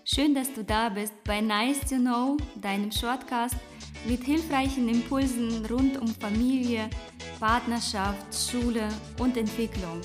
Schön, dass du da bist bei Nice to Know, deinem Shortcast mit hilfreichen Impulsen rund um Familie, Partnerschaft, Schule und Entwicklung.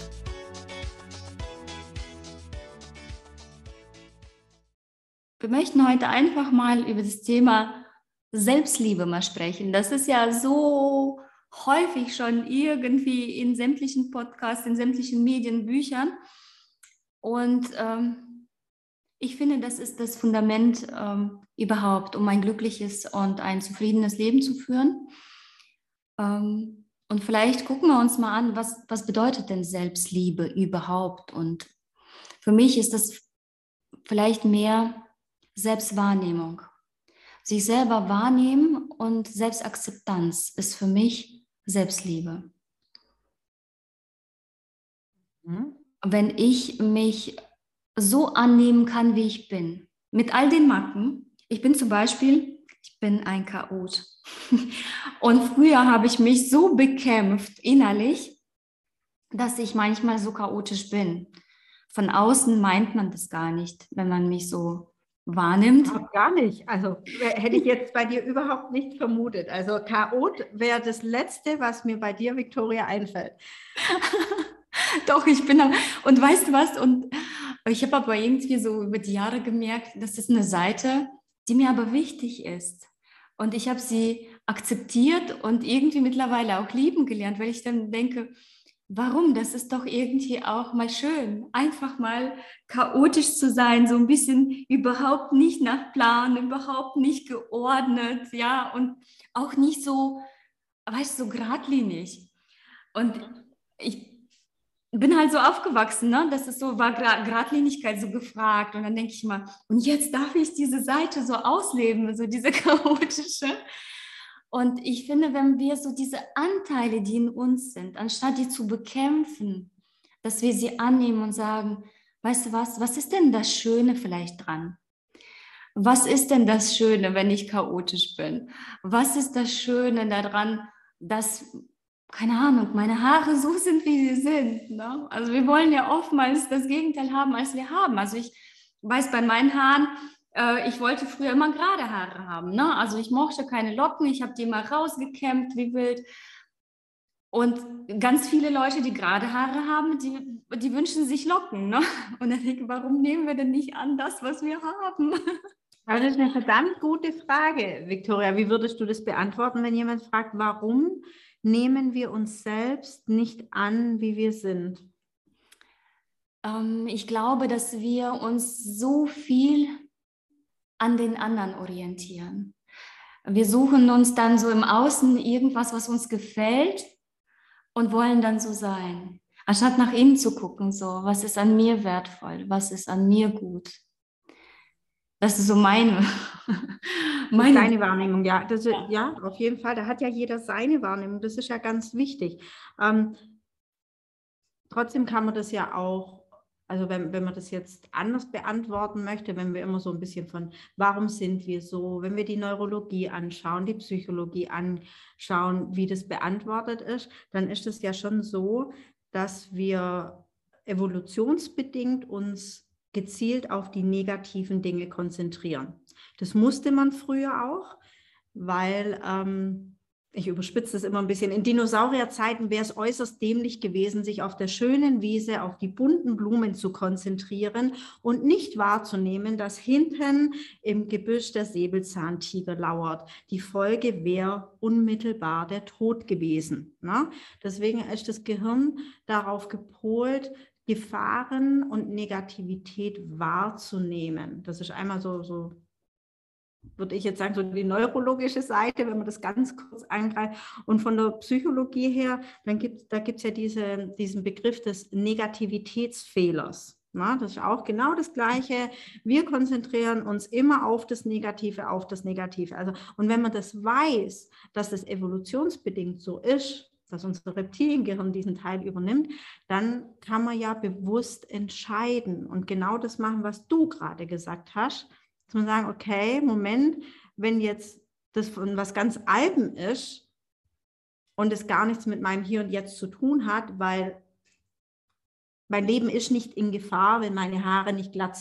Wir möchten heute einfach mal über das Thema Selbstliebe mal sprechen. Das ist ja so häufig schon irgendwie in sämtlichen Podcasts, in sämtlichen Medien, Büchern. Und ich finde, das ist das Fundament überhaupt, um ein glückliches und ein zufriedenes Leben zu führen. Und vielleicht gucken wir uns mal an, was bedeutet denn Selbstliebe überhaupt? Und für mich ist das vielleicht mehr Selbstwahrnehmung. Sich selber wahrnehmen und Selbstakzeptanz ist für mich Selbstliebe. Wenn ich mich so annehmen kann, wie ich bin, mit all den Macken. Ich bin zum Beispiel, ich bin ein Chaot. Und früher habe ich mich so bekämpft innerlich, dass ich manchmal so chaotisch bin. Von außen meint man das gar nicht, wenn man mich so wahrnimmt. Auch gar nicht. Also hätte ich jetzt bei dir überhaupt nicht vermutet. Also Chaot wäre das Letzte, was mir bei dir, Viktoria, einfällt. Doch, ich bin und weißt du was? Und ich habe aber irgendwie so über die Jahre gemerkt, das ist eine Seite, die mir aber wichtig ist. Und ich habe sie akzeptiert und irgendwie mittlerweile auch lieben gelernt, weil ich dann denke, warum? Das ist doch irgendwie auch mal schön, einfach mal chaotisch zu sein, so ein bisschen überhaupt nicht nach Plan, überhaupt nicht geordnet, ja, und auch nicht so, weißt du, so geradlinig. Und ich bin halt so aufgewachsen, ne? Das ist so, war Gradlinigkeit so gefragt. Und dann denke ich mal, und jetzt darf ich diese Seite so ausleben, so diese chaotische. Und ich finde, wenn wir so diese Anteile, die in uns sind, anstatt die zu bekämpfen, dass wir sie annehmen und sagen, weißt du was ist denn das Schöne vielleicht dran? Was ist denn das Schöne, wenn ich chaotisch bin? Was ist das Schöne daran, dass, keine Ahnung, meine Haare so sind, wie sie sind? Ne? Also wir wollen ja oftmals das Gegenteil haben, als wir haben. Also ich weiß bei meinen Haaren, ich wollte früher immer gerade Haare haben. Ne? Also ich mochte keine Locken, ich habe die immer rausgekämmt, wie wild. Und ganz viele Leute, die gerade Haare haben, die wünschen sich Locken. Ne? Und dann denke ich, warum nehmen wir denn nicht an das, was wir haben? Aber das ist eine verdammt gute Frage, Viktoria. Wie würdest du das beantworten, wenn jemand fragt, warum nehmen wir uns selbst nicht an, wie wir sind? Ich glaube, dass wir uns so viel an den anderen orientieren. Wir suchen uns dann so im Außen irgendwas, was uns gefällt und wollen dann so sein. Anstatt nach innen zu gucken, so, was ist an mir wertvoll, was ist an mir gut. Das ist so meine. Das ist deine Wahrnehmung, ja. Ja, auf jeden Fall. Da hat ja jeder seine Wahrnehmung. Das ist ja ganz wichtig. Trotzdem kann man das ja auch, also wenn man das jetzt anders beantworten möchte, wenn wir immer so ein bisschen von, warum sind wir so, wenn wir die Neurologie anschauen, die Psychologie anschauen, wie das beantwortet ist, dann ist es ja schon so, dass wir evolutionsbedingt uns gezielt auf die negativen Dinge konzentrieren. Das musste man früher auch, weil ich überspitze das immer ein bisschen, in Dinosaurierzeiten wäre es äußerst dämlich gewesen, sich auf der schönen Wiese, auf die bunten Blumen zu konzentrieren und nicht wahrzunehmen, dass hinten im Gebüsch der Säbelzahntiger lauert. Die Folge wäre unmittelbar der Tod gewesen. Ne? Deswegen ist das Gehirn darauf gepolt, Gefahren und Negativität wahrzunehmen. Das ist einmal so würde ich jetzt sagen, so die neurologische Seite, wenn man das ganz kurz angreift. Und von der Psychologie her, da gibt es ja diesen Begriff des Negativitätsfehlers. Na, das ist auch genau das Gleiche. Wir konzentrieren uns immer auf das Negative, auf das Negative. Also, und wenn man das weiß, dass das evolutionsbedingt so ist, dass unser Reptiliengehirn diesen Teil übernimmt, dann kann man ja bewusst entscheiden und genau das machen, was du gerade gesagt hast. Dass man sagen, okay, Moment, wenn jetzt das von was ganz Altem ist und es gar nichts mit meinem Hier und Jetzt zu tun hat, weil mein Leben ist nicht in Gefahr, wenn meine Haare nicht glatt sind.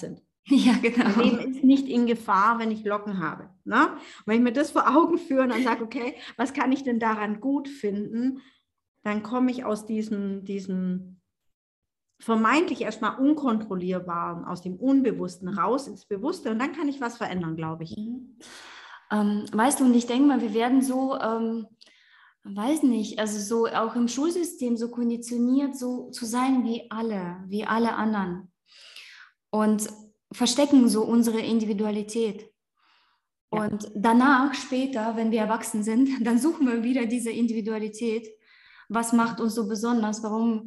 Ja, Mein genau. Leben ist nicht in Gefahr, wenn ich Locken habe. Ne? Und wenn ich mir das vor Augen führe und dann sage, okay, was kann ich denn daran gut finden, dann komme ich aus diesem vermeintlich erstmal Unkontrollierbaren, aus dem Unbewussten raus ins Bewusste und dann kann ich was verändern, glaube ich. Mhm. Weißt du, und ich denke mal, wir werden so, weiß nicht, also so auch im Schulsystem so konditioniert, so zu sein wie alle anderen. Und verstecken so unsere Individualität. Ja. Und danach, später, wenn wir erwachsen sind, dann suchen wir wieder diese Individualität. Was macht uns so besonders? Warum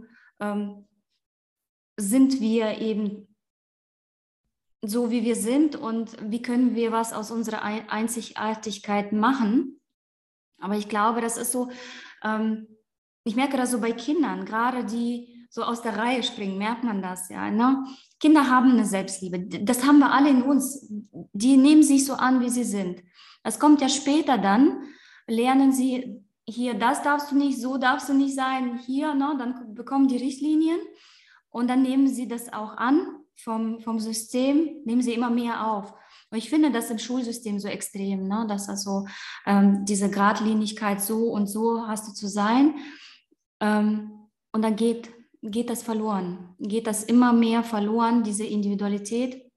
sind wir eben so, wie wir sind? Und wie können wir was aus unserer Einzigartigkeit machen? Aber ich glaube, das ist so, ähm, ich merke das so bei Kindern, gerade die so aus der Reihe springen, merkt man das ja. Ne? Kinder haben eine Selbstliebe. Das haben wir alle in uns. Die nehmen sich so an, wie sie sind. Das kommt ja später dann, lernen sie hier, das darfst du nicht, so darfst du nicht sein, hier, ne? Dann bekommen die Richtlinien und dann nehmen sie das auch an vom System, nehmen sie immer mehr auf. Und ich finde das im Schulsystem so extrem, ne? Dass also diese Geradlinigkeit, so und so hast du zu sein. Und dann geht das verloren, geht das immer mehr verloren, diese Individualität,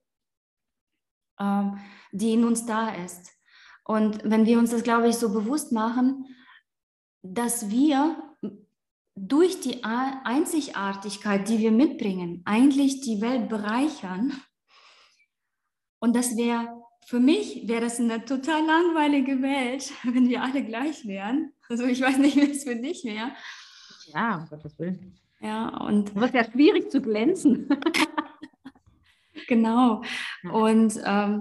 die in uns da ist. Und wenn wir uns das, glaube ich, so bewusst machen, dass wir durch die Einzigartigkeit, die wir mitbringen, eigentlich die Welt bereichern. Und das wäre, für mich wäre das eine total langweilige Welt, wenn wir alle gleich wären. Also ich weiß nicht, wie es für dich wäre. Ja, um Gottes Willen. Ja, und Da wird ja schwierig zu glänzen. genau. Ja. Und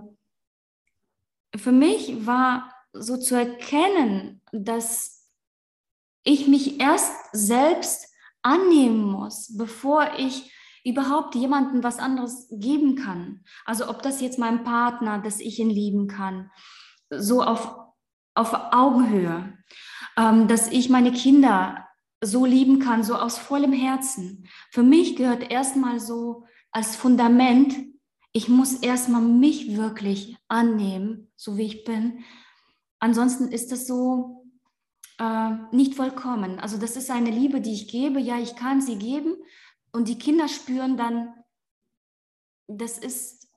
für mich war so zu erkennen, dass ich mich erst selbst annehmen muss, bevor ich überhaupt jemandem was anderes geben kann. Also ob das jetzt mein Partner, dass ich ihn lieben kann, so auf Augenhöhe, dass ich meine Kinder so lieben kann, so aus vollem Herzen. Für mich gehört erstmal so als Fundament, ich muss erstmal mich wirklich annehmen, so wie ich bin. Ansonsten ist das so nicht vollkommen. Also das ist eine Liebe, die ich gebe. Ja, ich kann sie geben. Und die Kinder spüren dann, das ist,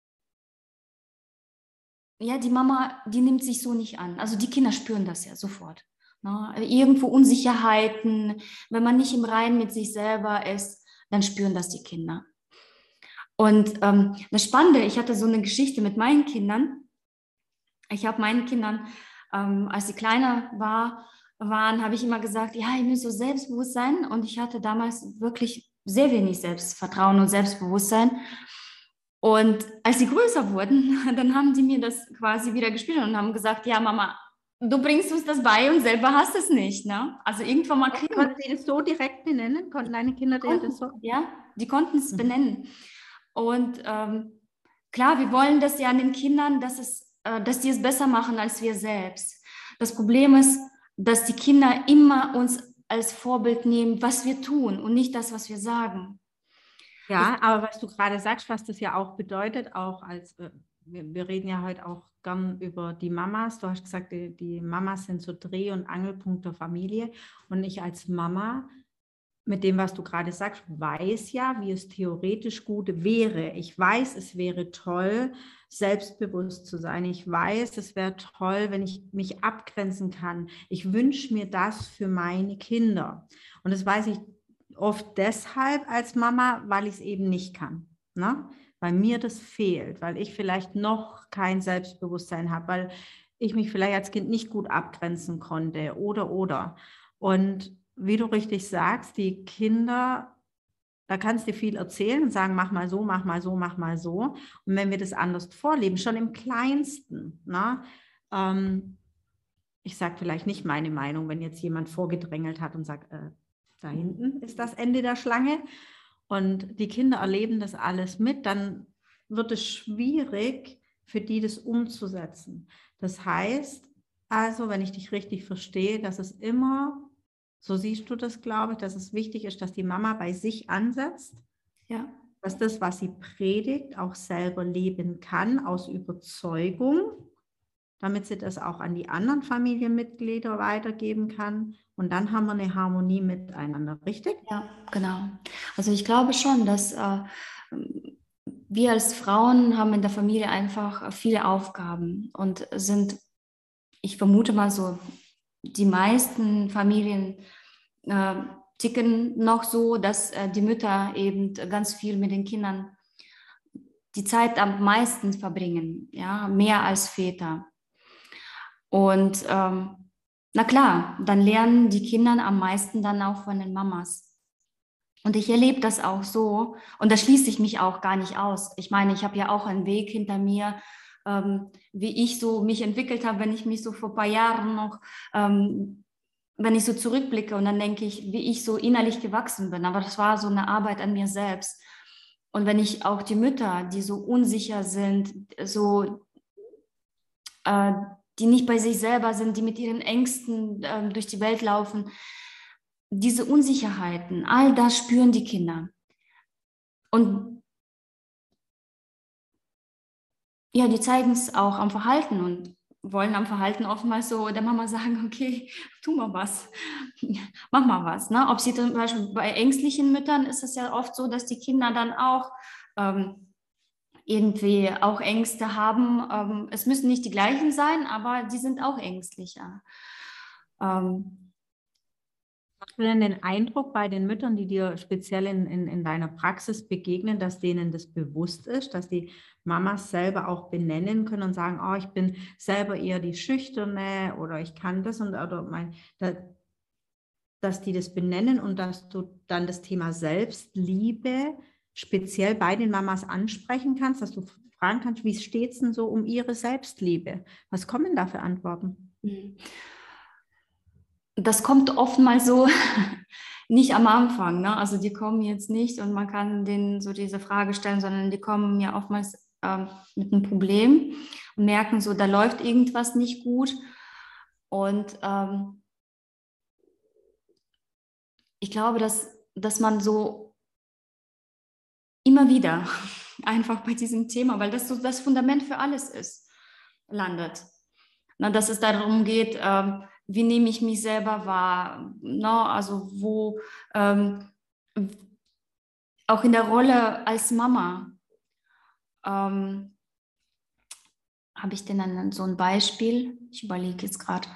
ja, die Mama, die nimmt sich so nicht an. Also die Kinder spüren das ja sofort. Ne? Irgendwo Unsicherheiten, wenn man nicht im Reinen mit sich selber ist, dann spüren das die Kinder. Und das Spannende, ich hatte so eine Geschichte mit meinen Kindern. Ich habe meinen Kindern, als sie kleiner waren, habe ich immer gesagt, ja, ihr müsst so selbstbewusst sein. Und ich hatte damals wirklich sehr wenig Selbstvertrauen und Selbstbewusstsein. Und als sie größer wurden, dann haben die mir das quasi wieder gespielt und haben gesagt, ja, Mama, du bringst uns das bei und selber hast es nicht. Ne? Also irgendwann mal kriegen Konnten Sie das so direkt benennen? Konnten deine Kinder dir das so? ja, die konnten es benennen. Und klar, wir wollen das ja an den Kindern, dass die es besser machen als wir selbst. Das Problem ist, dass die Kinder immer uns als Vorbild nehmen, was wir tun und nicht das, was wir sagen. Das, Ja, aber was du gerade sagst, was das ja auch bedeutet, auch als, wir reden ja heute auch gern über die Mamas. Du hast gesagt, die Mamas sind so Dreh- und Angelpunkt der Familie. Und ich als Mama, mit dem, was du gerade sagst, weiß ja, wie es theoretisch gut wäre. Ich weiß, es wäre toll, selbstbewusst zu sein. Ich weiß, es wäre toll, wenn ich mich abgrenzen kann. Ich wünsche mir das für meine Kinder. Und das weiß ich oft deshalb als Mama, weil ich es eben nicht kann. Ne? Weil mir das fehlt, weil ich vielleicht noch kein Selbstbewusstsein habe, weil ich mich vielleicht als Kind nicht gut abgrenzen konnte oder. Und wie du richtig sagst, die Kinder, da kannst du viel erzählen und sagen, mach mal so, mach mal so, mach mal so. Und wenn wir das anders vorleben, schon im Kleinsten, ne? Ich sage vielleicht nicht meine Meinung, wenn jetzt jemand vorgedrängelt hat und sagt, da hinten ist das Ende der Schlange und die Kinder erleben das alles mit, dann wird es schwierig für die, das umzusetzen. Das heißt also, wenn ich dich richtig verstehe, dass es immer, so siehst du das, glaube ich, dass es wichtig ist, dass die Mama bei sich ansetzt, ja. dass das, was sie predigt, auch selber leben kann aus Überzeugung, damit sie das auch an die anderen Familienmitglieder weitergeben kann. Und dann haben wir eine Harmonie miteinander, richtig? Ja, genau. Also ich glaube schon, dass wir als Frauen haben in der Familie einfach viele Aufgaben und sind, ich vermute mal so, die meisten Familien äh, ticken noch so, dass die Mütter eben ganz viel mit den Kindern die Zeit am meisten verbringen, ja, mehr als Väter. Und na klar, dann lernen die Kinder am meisten dann auch von den Mamas. Und ich erlebe das auch so, und da schließe ich mich auch gar nicht aus. Ich meine, ich habe ja auch einen Weg hinter mir, wie ich so mich entwickelt habe, wenn ich mich so vor ein paar Jahren noch, wenn ich so zurückblicke und dann denke ich, wie ich so innerlich gewachsen bin. Aber das war so eine Arbeit an mir selbst. Und wenn ich auch die Mütter, die so unsicher sind, so, äh, die nicht bei sich selber sind, die mit ihren Ängsten durch die Welt laufen, diese Unsicherheiten, all das spüren die Kinder. Und ja, die zeigen es auch am Verhalten und wollen am Verhalten oftmals so der Mama sagen, okay, tu mal was, mach mal was. Ne? Ob sie zum Beispiel bei ängstlichen Müttern ist es ja oft so, dass die Kinder dann auch irgendwie auch Ängste haben. Es müssen nicht die gleichen sein, aber die sind auch ängstlicher. Hast du denn den Eindruck bei den Müttern, die dir speziell in deiner Praxis begegnen, dass denen das bewusst ist, dass die Mamas selber auch benennen können und sagen, oh, ich bin selber eher die Schüchterne oder ich kann das und oder dass die das benennen und dass du dann das Thema Selbstliebe speziell bei den Mamas ansprechen kannst, dass du fragen kannst, wie steht es denn so um ihre Selbstliebe? Was kommen da für Antworten? Das kommt oftmals so nicht am Anfang. Ne? Also die kommen jetzt nicht und man kann denen so diese Frage stellen, sondern die kommen ja oftmals mit einem Problem und merken so, da läuft irgendwas nicht gut. Und ich glaube, dass man so immer wieder einfach bei diesem Thema, weil das so das Fundament für alles ist, landet. Na, dass es darum geht, wie nehme ich mich selber wahr, na, also wo auch in der Rolle als Mama habe ich denn dann so ein Beispiel? Ich überlege jetzt gerade.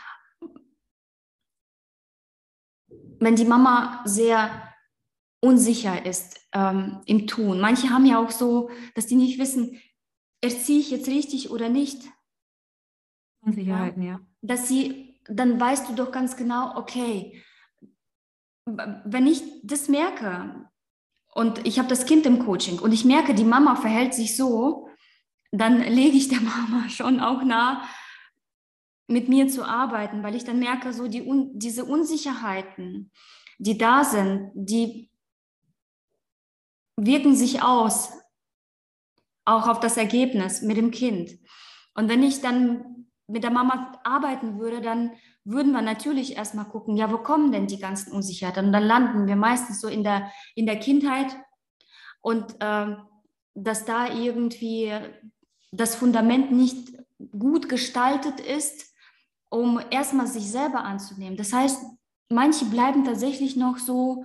Wenn die Mama sehr unsicher ist im Tun. Manche haben ja auch so, dass die nicht wissen, erziehe ich jetzt richtig oder nicht. Unsicherheiten, ja. Dass sie, dann weißt du doch ganz genau, okay, wenn ich das merke und ich habe das Kind im Coaching und ich merke, die Mama verhält sich so, dann lege ich der Mama schon auch nahe, mit mir zu arbeiten, weil ich dann merke, so diese Unsicherheiten, die da sind, die wirken sich aus, auch auf das Ergebnis mit dem Kind. Und wenn ich dann mit der Mama arbeiten würde, dann würden wir natürlich erstmal gucken, ja, wo kommen denn die ganzen Unsicherheiten? Und dann landen wir meistens so in der Kindheit und dass da irgendwie das Fundament nicht gut gestaltet ist, um erstmal sich selber anzunehmen. Das heißt, manche bleiben tatsächlich noch so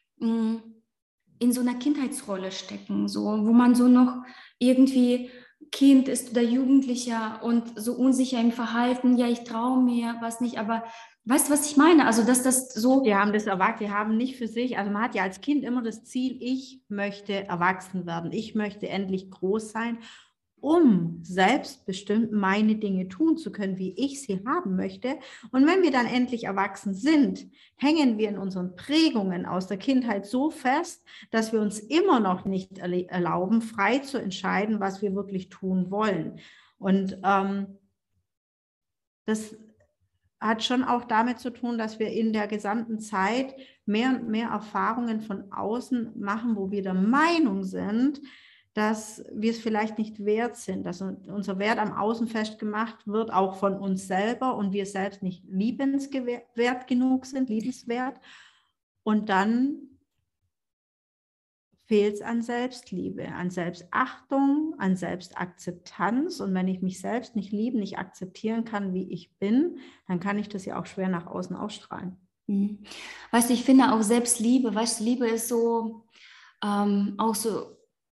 in so einer Kindheitsrolle stecken, so, wo man so noch irgendwie Kind ist oder Jugendlicher und so unsicher im Verhalten, ja, ich traue mir was nicht, aber weißt du, was ich meine? Also, dass das so... Die haben das erwachsen, die haben nicht für sich, also man hat ja als Kind immer das Ziel, ich möchte erwachsen werden, ich möchte endlich groß sein, um selbstbestimmt meine Dinge tun zu können, wie ich sie haben möchte. Und wenn wir dann endlich erwachsen sind, hängen wir in unseren Prägungen aus der Kindheit so fest, dass wir uns immer noch nicht erlauben, frei zu entscheiden, was wir wirklich tun wollen. Und das hat schon auch damit zu tun, dass wir in der gesamten Zeit mehr und mehr Erfahrungen von außen machen, wo wir der Meinung sind, dass wir es vielleicht nicht wert sind, dass unser Wert am Außen festgemacht wird, auch von uns selber und wir selbst nicht liebenswert genug sind, liebenswert. Und dann fehlt es an Selbstliebe, an Selbstachtung, an Selbstakzeptanz. Und wenn ich mich selbst nicht lieben, nicht akzeptieren kann, wie ich bin, dann kann ich das ja auch schwer nach außen ausstrahlen. Mhm. Weißt du, ich finde auch Selbstliebe, weißt du, Liebe ist so, auch so,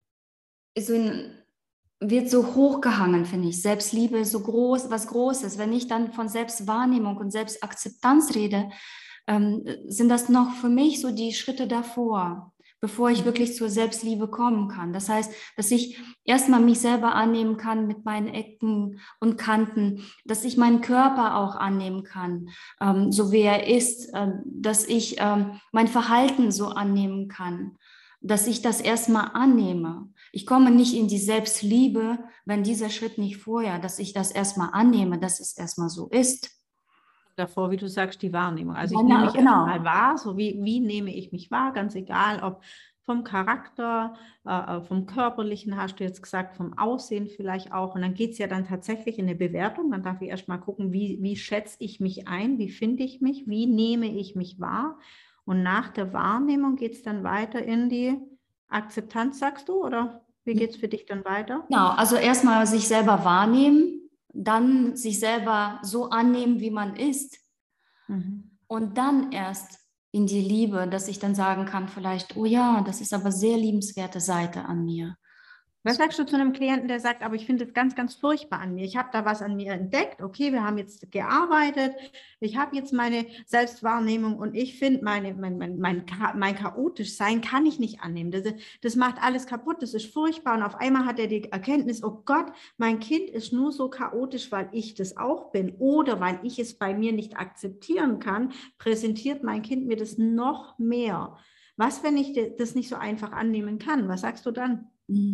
wird so hochgehangen, finde ich. Selbstliebe ist so groß, was Großes. Wenn ich dann von Selbstwahrnehmung und Selbstakzeptanz rede, sind das noch für mich so die Schritte davor, bevor ich wirklich zur Selbstliebe kommen kann. Das heißt, dass ich erstmal mich selber annehmen kann mit meinen Ecken und Kanten, dass ich meinen Körper auch annehmen kann, so wie er ist, dass ich mein Verhalten so annehmen kann, dass ich das erstmal annehme. Ich komme nicht in die Selbstliebe, wenn dieser Schritt nicht vorher, dass ich das erstmal annehme, dass es erstmal so ist. Davor, wie du sagst, die Wahrnehmung. Also ich nehme mich erstmal wahr, so wie nehme ich mich wahr, ganz egal, ob vom Charakter, vom Körperlichen, hast du jetzt gesagt, vom Aussehen vielleicht auch. Und dann geht es ja dann tatsächlich in eine Bewertung. Dann darf ich erstmal gucken, wie schätze ich mich ein, wie finde ich mich, wie nehme ich mich wahr. Und nach der Wahrnehmung geht es dann weiter in die Akzeptanz, sagst du, oder wie geht es für dich dann weiter? Genau, also erstmal sich selber wahrnehmen, dann sich selber so annehmen, wie man ist, und dann erst in die Liebe, dass ich dann sagen kann, vielleicht, oh ja, das ist aber sehr liebenswerte Seite an mir. Was sagst du zu einem Klienten, der sagt, aber ich finde es ganz, ganz furchtbar an mir. Ich habe da was an mir entdeckt. Okay, wir haben jetzt gearbeitet. Ich habe jetzt meine Selbstwahrnehmung und ich finde, mein chaotisch Sein kann ich nicht annehmen. Das macht alles kaputt. Das ist furchtbar. Und auf einmal hat er die Erkenntnis, oh Gott, mein Kind ist nur so chaotisch, weil ich das auch bin. Oder weil ich es bei mir nicht akzeptieren kann, präsentiert mein Kind mir das noch mehr. Was, wenn ich das nicht so einfach annehmen kann? Was sagst du dann?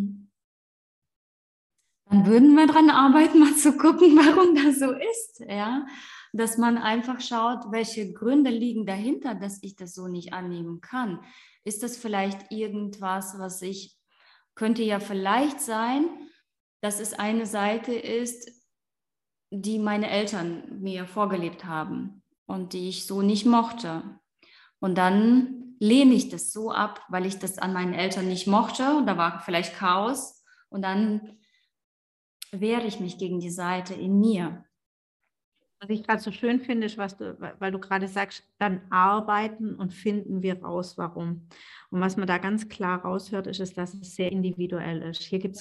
Dann würden wir daran arbeiten, mal zu gucken, warum das so ist, ja, dass man einfach schaut, welche Gründe liegen dahinter, dass ich das so nicht annehmen kann. Ist das vielleicht irgendwas, könnte ja vielleicht sein, dass es eine Seite ist, die meine Eltern mir vorgelebt haben und die ich so nicht mochte. Und dann lehne ich das so ab, weil ich das an meinen Eltern nicht mochte und da war vielleicht Chaos und dann wehre ich mich gegen die Seite in mir. Was ich gerade so schön finde, ist, weil du gerade sagst, dann arbeiten und finden wir raus, warum. Und was man da ganz klar raushört, ist, dass es sehr individuell ist. Hier gibt es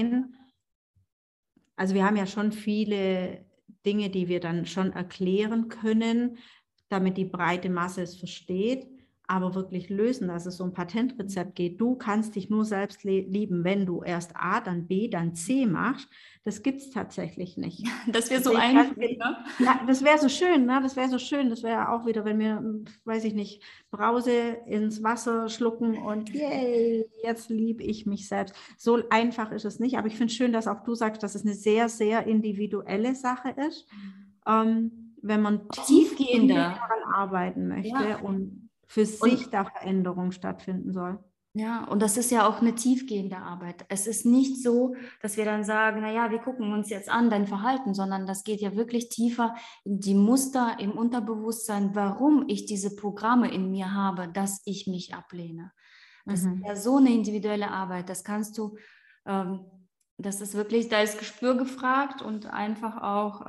also wir haben ja schon viele Dinge, die wir dann schon erklären können, damit die breite Masse es versteht. Aber wirklich lösen, dass es so ein Patentrezept geht. Du kannst dich nur selbst lieben, wenn du erst A, dann B, dann C machst. Das gibt es tatsächlich nicht. Das wäre so einfach, ne? Ja, das wäre so schön, ne? Das wäre so schön. Das wäre auch wieder, wenn wir, weiß ich nicht, Brause ins Wasser schlucken und yay, jetzt liebe ich mich selbst. So einfach ist es nicht. Aber ich finde es schön, dass auch du sagst, dass es eine sehr, sehr individuelle Sache ist. Wenn man tiefgehender daran arbeiten möchte und für sich da Veränderung stattfinden soll. Ja, und das ist ja auch eine tiefgehende Arbeit. Es ist nicht so, dass wir dann sagen, naja, wir gucken uns jetzt an dein Verhalten, sondern das geht ja wirklich tiefer in die Muster im Unterbewusstsein, warum ich diese Programme in mir habe, dass ich mich ablehne. Das ist ja so eine individuelle Arbeit. Das kannst du, das ist wirklich, da ist Gespür gefragt und einfach auch,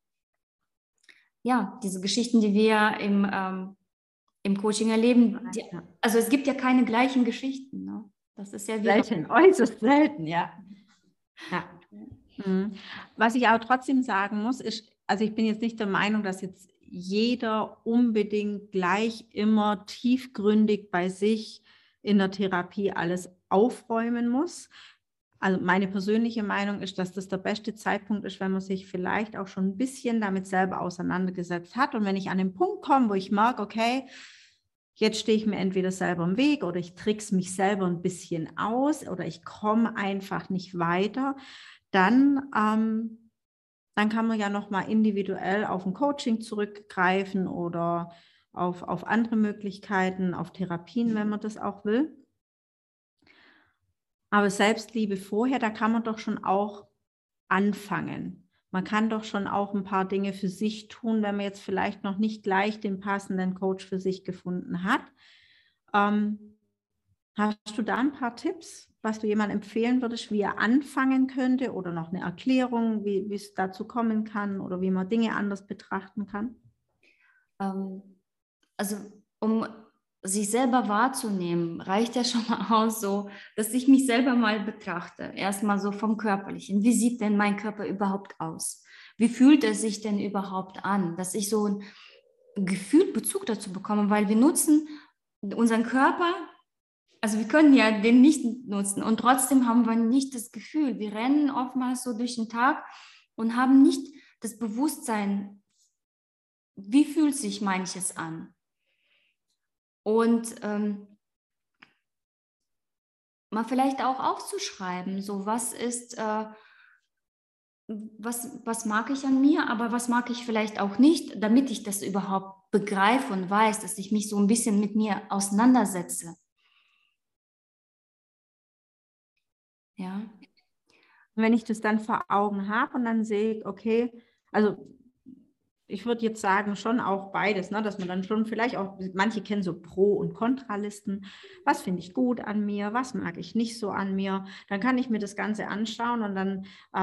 ja, diese Geschichten, die wir im Coaching erleben. Also es gibt ja keine gleichen Geschichten. Ne? Das ist ja selten, äußerst selten, ja. Was ich aber trotzdem sagen muss, ist, also ich bin jetzt nicht der Meinung, dass jetzt jeder unbedingt gleich immer tiefgründig bei sich in der Therapie alles aufräumen muss. Also meine persönliche Meinung ist, dass das der beste Zeitpunkt ist, wenn man sich vielleicht auch schon ein bisschen damit selber auseinandergesetzt hat. Und wenn ich an den Punkt komme, wo ich merke, okay, jetzt stehe ich mir entweder selber im Weg oder ich trickse mich selber ein bisschen aus oder ich komme einfach nicht weiter, dann kann man ja nochmal individuell auf ein Coaching zurückgreifen oder auf andere Möglichkeiten, auf Therapien, wenn man das auch will. Aber Selbstliebe vorher, da kann man doch schon auch anfangen. Man kann doch schon auch ein paar Dinge für sich tun, wenn man jetzt vielleicht noch nicht gleich den passenden Coach für sich gefunden hat. Hast du da ein paar Tipps, was du jemandem empfehlen würdest, wie er anfangen könnte oder noch eine Erklärung, wie es dazu kommen kann oder wie man Dinge anders betrachten kann? Also um sich selber wahrzunehmen, reicht ja schon mal aus, so, dass ich mich selber mal betrachte. Erstmal so vom Körperlichen. Wie sieht denn mein Körper überhaupt aus? Wie fühlt er sich denn überhaupt an? Dass ich so ein gefühlt Bezug dazu bekomme, weil wir nutzen unseren Körper, also wir können ja den nicht nutzen und trotzdem haben wir nicht das Gefühl. Wir rennen oftmals so durch den Tag und haben nicht das Bewusstsein, wie fühlt sich manches an. Und mal vielleicht auch aufzuschreiben, so was ist, was mag ich an mir, aber was mag ich vielleicht auch nicht, damit ich das überhaupt begreife und weiß, dass ich mich so ein bisschen mit mir auseinandersetze. Ja. Wenn ich das dann vor Augen habe und dann sehe, okay, also ich würde jetzt sagen, schon auch beides, ne? Dass man dann schon vielleicht auch, manche kennen so Pro- und Kontralisten. Was finde ich gut an mir? Was mag ich nicht so an mir? Dann kann ich mir das Ganze anschauen und dann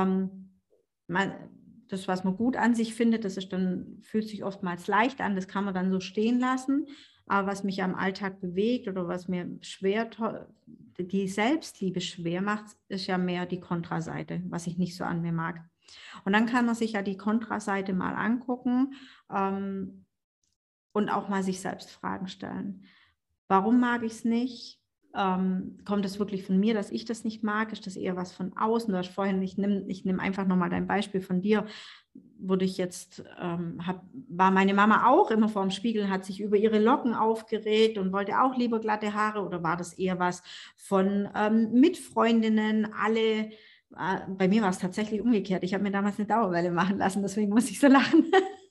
das, was man gut an sich findet, das ist dann, fühlt sich oftmals leicht an, das kann man dann so stehen lassen. Aber was mich am Alltag bewegt oder was mir schwer, die Selbstliebe schwer macht, ist ja mehr die Kontraseite, was ich nicht so an mir mag. Und dann kann man sich ja die Kontraseite mal angucken und auch mal sich selbst Fragen stellen. Warum mag ich es nicht? Kommt es wirklich von mir, dass ich das nicht mag? Ist das eher was von außen? Du hast vorhin, ich nehm einfach nochmal dein Beispiel von dir, wurde ich jetzt, war meine Mama auch immer vor dem Spiegel, hat sich über ihre Locken aufgeregt und wollte auch lieber glatte Haare, oder war das eher was von Mitfreundinnen, alle? Bei mir war es tatsächlich umgekehrt. Ich habe mir damals eine Dauerwelle machen lassen, deswegen muss ich so lachen.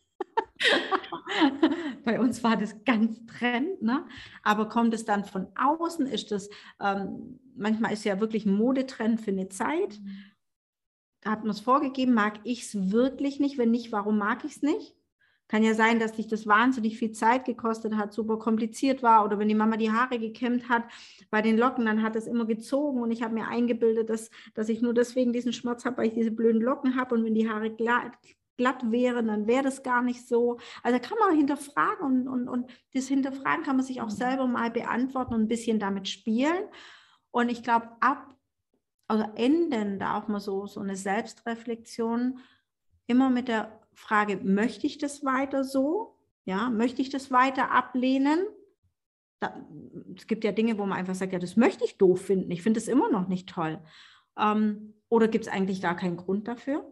Bei uns war das ganz Trend, ne? Aber kommt es dann von außen? Ist das, manchmal ist es ja wirklich ein Modetrend für eine Zeit. Hat man es vorgegeben, mag ich es wirklich nicht? Wenn nicht, warum mag ich es nicht? Kann ja sein, dass sich das wahnsinnig viel Zeit gekostet hat, super kompliziert war. Oder wenn die Mama die Haare gekämmt hat bei den Locken, dann hat es immer gezogen und ich habe mir eingebildet, dass ich nur deswegen diesen Schmerz habe, weil ich diese blöden Locken habe. Und wenn die Haare glatt wären, dann wäre das gar nicht so. Also kann man hinterfragen und das Hinterfragen kann man sich auch selber mal beantworten und ein bisschen damit spielen. Und ich glaube, also enden da auch mal so eine Selbstreflexion immer mit der Frage, möchte ich das weiter so? Ja, möchte ich das weiter ablehnen? Es gibt ja Dinge, wo man einfach sagt, ja, das möchte ich doof finden. Ich finde es immer noch nicht toll. Oder gibt es eigentlich gar keinen Grund dafür?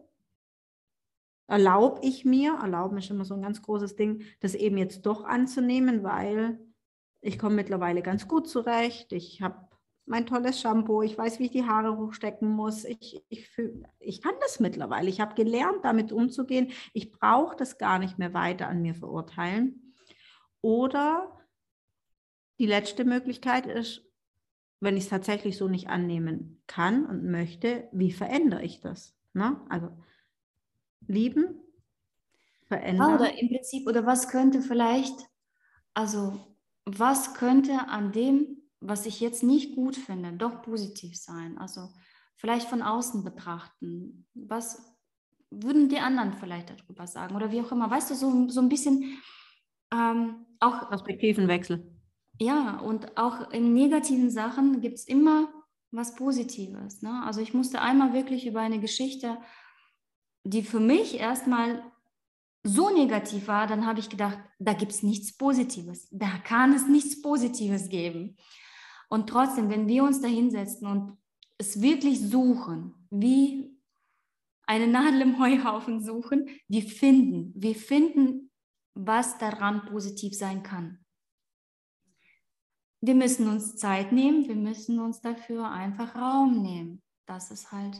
Erlaube erlauben ist immer so ein ganz großes Ding, das eben jetzt doch anzunehmen, weil ich komme mittlerweile ganz gut zurecht. Ich habe mein tolles Shampoo, ich weiß, wie ich die Haare hochstecken muss. Ich kann das mittlerweile. Ich habe gelernt, damit umzugehen. Ich brauche das gar nicht mehr weiter an mir verurteilen. Oder die letzte Möglichkeit ist, wenn ich es tatsächlich so nicht annehmen kann und möchte, wie verändere ich das? Ne? Also lieben, Ja, verändern. oder im Prinzip, oder was könnte vielleicht, also was könnte an dem, was ich jetzt nicht gut finde, doch positiv sein? Also vielleicht von außen betrachten. Was würden die anderen vielleicht darüber sagen? Oder wie auch immer. Weißt du, so ein bisschen auch, Perspektivenwechsel. ja, und auch in negativen Sachen gibt es immer was Positives. Ne? Also ich musste einmal wirklich über eine Geschichte, die für mich erstmal so negativ war, dann habe ich gedacht, da gibt es nichts Positives. Da kann es nichts Positives geben. Und trotzdem, wenn wir uns da hinsetzen und es wirklich suchen, wie eine Nadel im Heuhaufen suchen, wir finden, was daran positiv sein kann. Wir müssen uns Zeit nehmen, wir müssen uns dafür einfach Raum nehmen. Das ist halt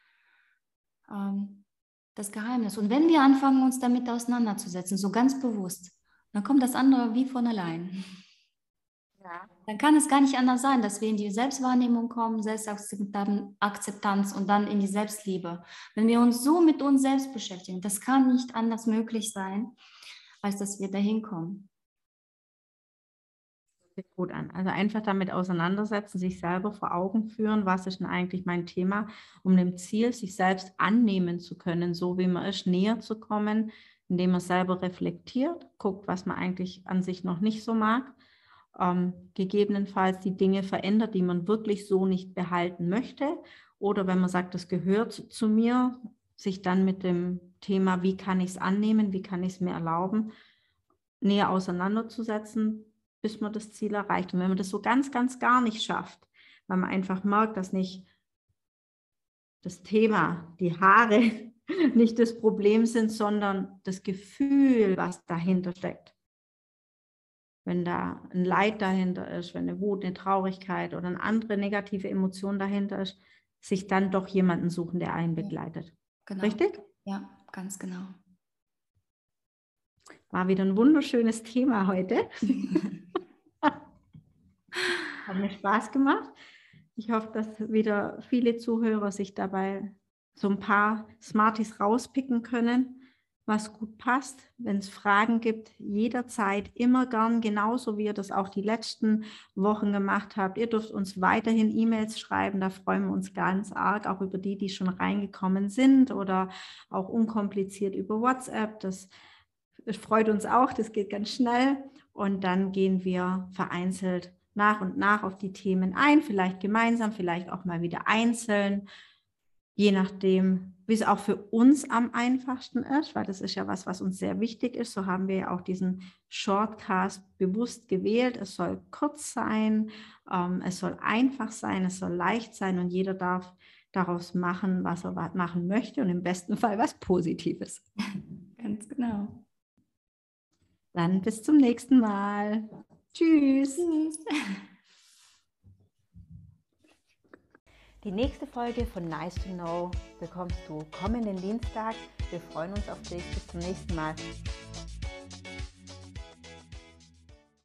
das Geheimnis. Und wenn wir anfangen, uns damit auseinanderzusetzen, so ganz bewusst, dann kommt das andere wie von allein. Ja. Dann kann es gar nicht anders sein, dass wir in die Selbstwahrnehmung kommen, Selbstakzeptanz und dann in die Selbstliebe. Wenn wir uns so mit uns selbst beschäftigen, das kann nicht anders möglich sein, als dass wir dahin kommen. sich gut an. Also einfach damit auseinandersetzen, sich selber vor Augen führen, was ist denn eigentlich mein Thema, um dem Ziel, sich selbst annehmen zu können, so wie man ist, näher zu kommen, indem man selber reflektiert, guckt, was man eigentlich an sich noch nicht so mag, gegebenenfalls die Dinge verändert, die man wirklich so nicht behalten möchte. Oder wenn man sagt, das gehört zu mir, sich dann mit dem Thema, wie kann ich es annehmen, wie kann ich es mir erlauben, näher auseinanderzusetzen, bis man das Ziel erreicht. Und wenn man das so ganz, ganz gar nicht schafft, weil man einfach merkt, dass nicht das Thema, die Haare nicht das Problem sind, sondern das Gefühl, was dahinter steckt. Wenn da ein Leid dahinter ist, wenn eine Wut, eine Traurigkeit oder eine andere negative Emotion dahinter ist, sich dann doch jemanden suchen, der einen begleitet. Genau. Richtig? Ja, ganz genau. War wieder ein wunderschönes Thema heute. Hat mir Spaß gemacht. Ich hoffe, dass wieder viele Zuhörer sich dabei so ein paar Smarties rauspicken können, was gut passt. Wenn es Fragen gibt, jederzeit, immer gern, genauso wie ihr das auch die letzten Wochen gemacht habt. Ihr dürft uns weiterhin E-Mails schreiben, da freuen wir uns ganz arg, auch über die schon reingekommen sind oder auch unkompliziert über WhatsApp. Das freut uns auch, das geht ganz schnell und dann gehen wir vereinzelt nach und nach auf die Themen ein, vielleicht gemeinsam, vielleicht auch mal wieder einzeln, je nachdem, wie es auch für uns am einfachsten ist, weil das ist ja was uns sehr wichtig ist. So haben wir ja auch diesen Shortcast bewusst gewählt. Es soll kurz sein, es soll einfach sein, es soll leicht sein und jeder darf daraus machen, was er machen möchte und im besten Fall was Positives. Ganz genau. Dann bis zum nächsten Mal. Tschüss. Tschüss. Die nächste Folge von Nice to Know bekommst du kommenden Dienstag. Wir freuen uns auf dich. Bis zum nächsten Mal.